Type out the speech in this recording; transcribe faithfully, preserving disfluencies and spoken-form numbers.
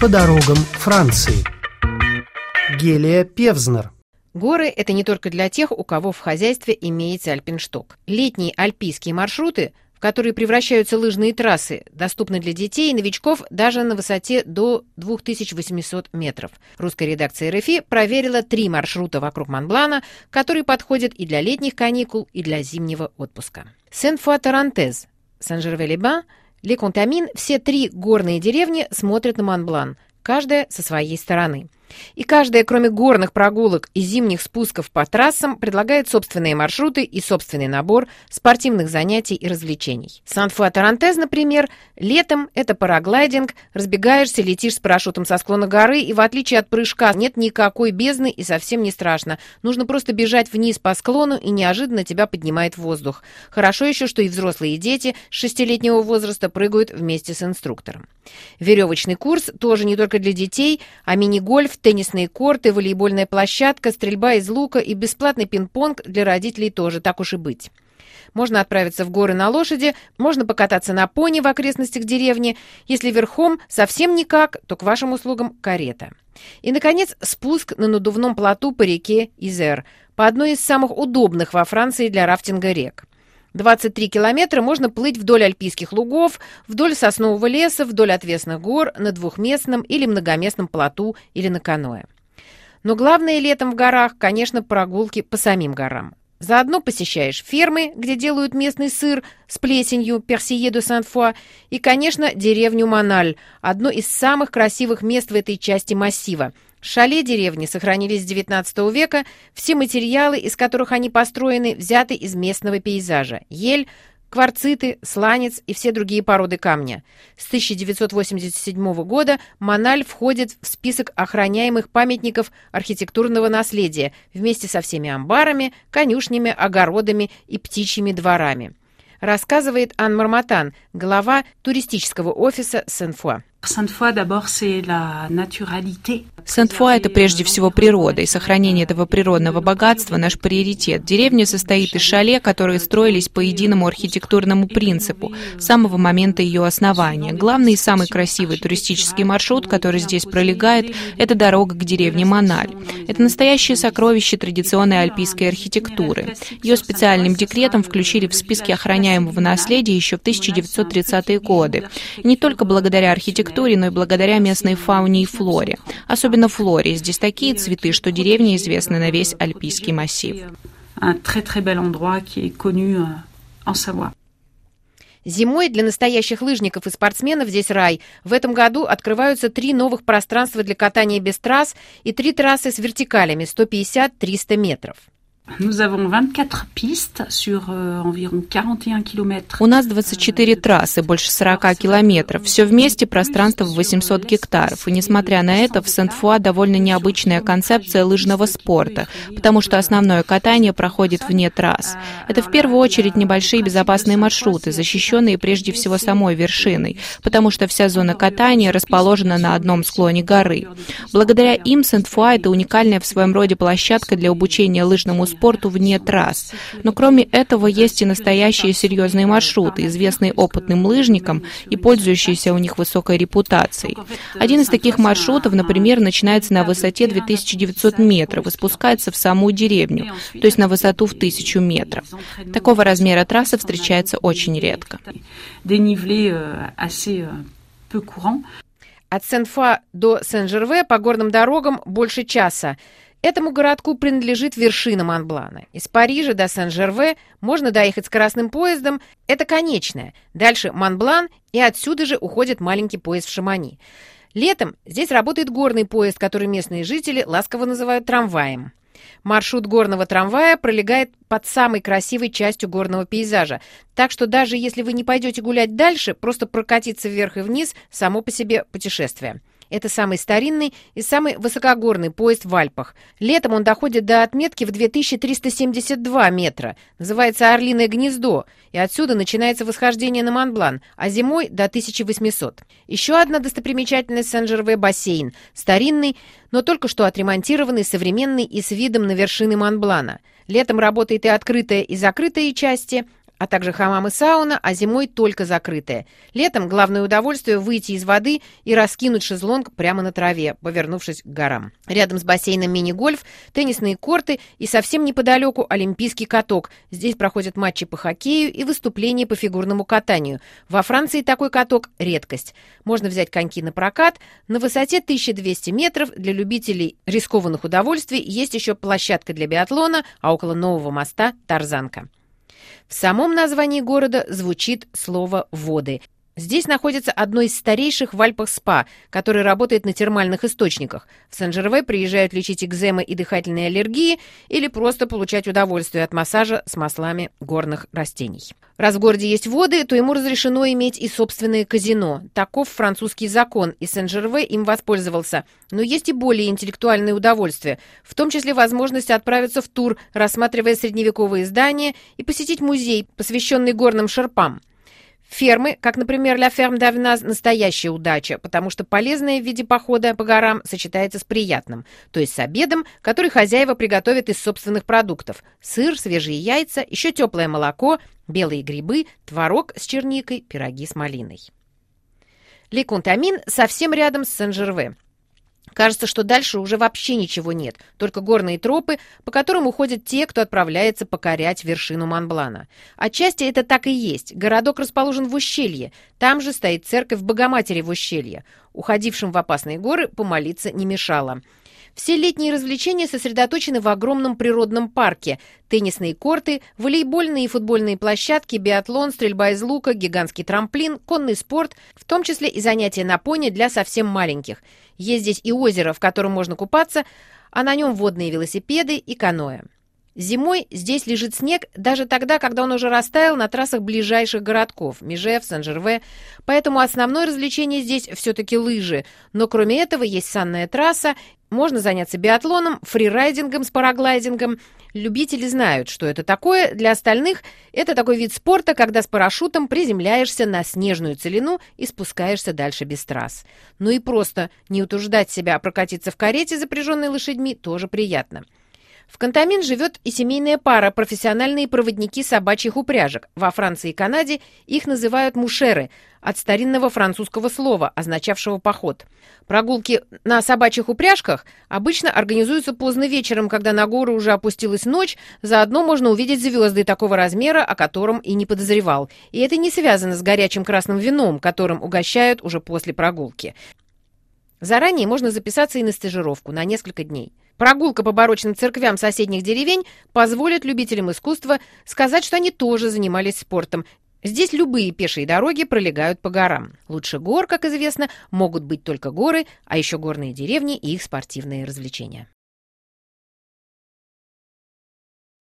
по дорогам Франции. Гелия Певзнер. Горы – это не только для тех, у кого в хозяйстве имеется альпиншток. Летние альпийские маршруты, в которые превращаются лыжные трассы, доступны для детей и новичков даже на высоте до две тысячи восемьсот метров. Русская редакция эр эф и проверила три маршрута вокруг Монблана, которые подходят и для летних каникул, и для зимнего отпуска. Сен-Фуа-Тарантез, Сен-Жерве-Ле-Бан, Ле-Контамин – все три горные деревни смотрят на Монблан, каждая со своей стороны. И каждая, кроме горных прогулок и зимних спусков по трассам, предлагает собственные маршруты и собственный набор спортивных занятий и развлечений. Сан-Фуа-Тарантез, например, летом это параглайдинг, разбегаешься, летишь с парашютом со склона горы, и в отличие от прыжка нет никакой бездны и совсем не страшно. Нужно просто бежать вниз по склону, и неожиданно тебя поднимает в воздух. Хорошо еще, что и взрослые, и дети с шестилетнего возраста прыгают вместе с инструктором. Веревочный курс тоже не только для детей, а мини-гольф, теннисные корты, волейбольная площадка, стрельба из лука и бесплатный пинг-понг для родителей тоже, так уж и быть. Можно отправиться в горы на лошади, можно покататься на пони в окрестностях деревни. Если верхом совсем никак, то к вашим услугам карета. И, наконец, спуск на надувном плоту по реке Изер, по одной из самых удобных во Франции для рафтинга рек. двадцать три километра можно плыть вдоль альпийских лугов, вдоль соснового леса, вдоль отвесных гор, на двухместном или многоместном плоту или на каноэ. Но главное летом в горах, конечно, прогулки по самим горам. Заодно посещаешь фермы, где делают местный сыр с плесенью, Персие де Сен-Фуа, и, конечно, деревню Мональ, одно из самых красивых мест в этой части массива. Шале деревни сохранились с девятнадцатого века, все материалы, из которых они построены, взяты из местного пейзажа – ель, кварциты, сланец и все другие породы камня. С тысяча девятьсот восемьдесят седьмого года Мональ входит в список охраняемых памятников архитектурного наследия вместе со всеми амбарами, конюшнями, огородами и птичьими дворами. Рассказывает Ан Мармотан, глава туристического офиса Сен-Фуа. Сен-Фуа – это прежде всего природа, и сохранение этого природного богатства – наш приоритет. Деревня состоит из шале, которые строились по единому архитектурному принципу с самого момента ее основания. Главный и самый красивый туристический маршрут, который здесь пролегает, это дорога к деревне Мональ. Это настоящее сокровище традиционной альпийской архитектуры. Ее специальным декретом включили в списки охраняемого наследия еще в тысяча девятьсот тридцатые годы. И не только благодаря архитектуре, но и благодаря местной фауне и флоре. Особенно флоре. Здесь такие цветы, что деревня известна на весь альпийский массив. Зимой для настоящих лыжников и спортсменов здесь рай. В этом году открываются три новых пространства для катания без трасс и три трассы с вертикалями сто пятьдесят - триста метров. У нас двадцать четыре трассы, больше сорока километров. Все вместе пространство в восемьсот гектаров. И несмотря на это, в Сен-Фуа довольно необычная концепция лыжного спорта, потому что основное катание проходит вне трасс. Это в первую очередь небольшие безопасные маршруты, защищенные прежде всего самой вершиной, потому что вся зона катания расположена на одном склоне горы. Благодаря им Сен-Фуа – это уникальная в своем роде площадка для обучения лыжному спорту спорту вне трасс. Но кроме этого есть и настоящие серьезные маршруты, известные опытным лыжникам и пользующиеся у них высокой репутацией. Один из таких маршрутов, например, начинается на высоте две тысячи девятьсот метров и спускается в саму деревню, то есть на высоту в тысячу метров. Такого размера трасса встречается очень редко. От Сен-Фуа до Сен-Жерве по горным дорогам больше часа. Этому городку принадлежит вершина Монблана. Из Парижа до Сен-Жерве можно доехать скоростным поездом. Это конечная. Дальше Монблан, и отсюда же уходит маленький поезд в Шамони. Летом здесь работает горный поезд, который местные жители ласково называют трамваем. Маршрут горного трамвая пролегает под самой красивой частью горного пейзажа. Так что даже если вы не пойдете гулять дальше, просто прокатиться вверх и вниз – само по себе путешествие. Это самый старинный и самый высокогорный поезд в Альпах. Летом он доходит до отметки в две тысячи триста семьдесят два метра. Называется «Орлиное гнездо», и отсюда начинается восхождение на Монблан, а зимой до тысяча восьмисот. Еще одна достопримечательность Сен-Жерве – бассейн. Старинный, но только что отремонтированный, современный и с видом на вершины Монблана. Летом работает и открытая, и закрытая части. а также хамам и сауна, а зимой только закрытые. Летом главное удовольствие – выйти из воды и раскинуть шезлонг прямо на траве, повернувшись к горам. Рядом с бассейном мини-гольф, теннисные корты и совсем неподалеку олимпийский каток. Здесь проходят матчи по хоккею и выступления по фигурному катанию. Во Франции такой каток – редкость. Можно взять коньки на прокат. На высоте тысяча двести метров для любителей рискованных удовольствий есть еще площадка для биатлона, а около нового моста – тарзанка. В самом названии города звучит слово «воды». Здесь находится одно из старейших в Альпах спа, которое работает на термальных источниках. В Сен-Жерве приезжают лечить экземы и дыхательные аллергии или просто получать удовольствие от массажа с маслами горных растений. Раз в городе есть воды, то ему разрешено иметь и собственное казино. Таков французский закон, и Сен-Жерве им воспользовался. Но есть и более интеллектуальные удовольствия, в том числе возможность отправиться в тур, рассматривая средневековые здания, и посетить музей, посвященный горным шерпам. Фермы, как, например, Ля Ферм d'Avenaz, настоящая удача, потому что полезное в виде похода по горам сочетается с приятным, то есть с обедом, который хозяева приготовят из собственных продуктов: сыр, свежие яйца, еще теплое молоко, белые грибы, творог с черникой, пироги с малиной. Ле-Контамин совсем рядом с Сен-Жерве. Кажется, что дальше уже вообще ничего нет, только горные тропы, по которым уходят те, кто отправляется покорять вершину Монблана. Отчасти это так и есть. Городок расположен в ущелье. Там же стоит церковь Богоматери в ущелье. Уходившим в опасные горы помолиться не мешало. Все летние развлечения сосредоточены в огромном природном парке. Теннисные корты, волейбольные и футбольные площадки, биатлон, стрельба из лука, гигантский трамплин, конный спорт, в том числе и занятия на пони для совсем маленьких. Есть здесь и озеро, в котором можно купаться, а на нем водные велосипеды и каноэ. Зимой здесь лежит снег даже тогда, когда он уже растаял на трассах ближайших городков – Межев, Сен-Жерве. Поэтому основное развлечение здесь все-таки лыжи. Но кроме этого есть санная трасса, можно заняться биатлоном, фрирайдингом с параглайдингом. Любители знают, что это такое. Для остальных это такой вид спорта, когда с парашютом приземляешься на снежную целину и спускаешься дальше без трасс. Ну и просто не утруждать себя, а прокатиться в карете, запряженной лошадьми, тоже приятно. В Контамин живет и семейная пара, профессиональные проводники собачьих упряжек. Во Франции и Канаде их называют мушеры, от старинного французского слова, означавшего поход. Прогулки на собачьих упряжках обычно организуются поздно вечером, когда на горы уже опустилась ночь, заодно можно увидеть звезды такого размера, о котором и не подозревал. И это не связано с горячим красным вином, которым угощают уже после прогулки. Заранее можно записаться и на стажировку на несколько дней. Прогулка по барочным церквям соседних деревень позволит любителям искусства сказать, что они тоже занимались спортом. Здесь любые пешие дороги пролегают по горам. Лучше гор, как известно, могут быть только горы, а еще горные деревни и их спортивные развлечения.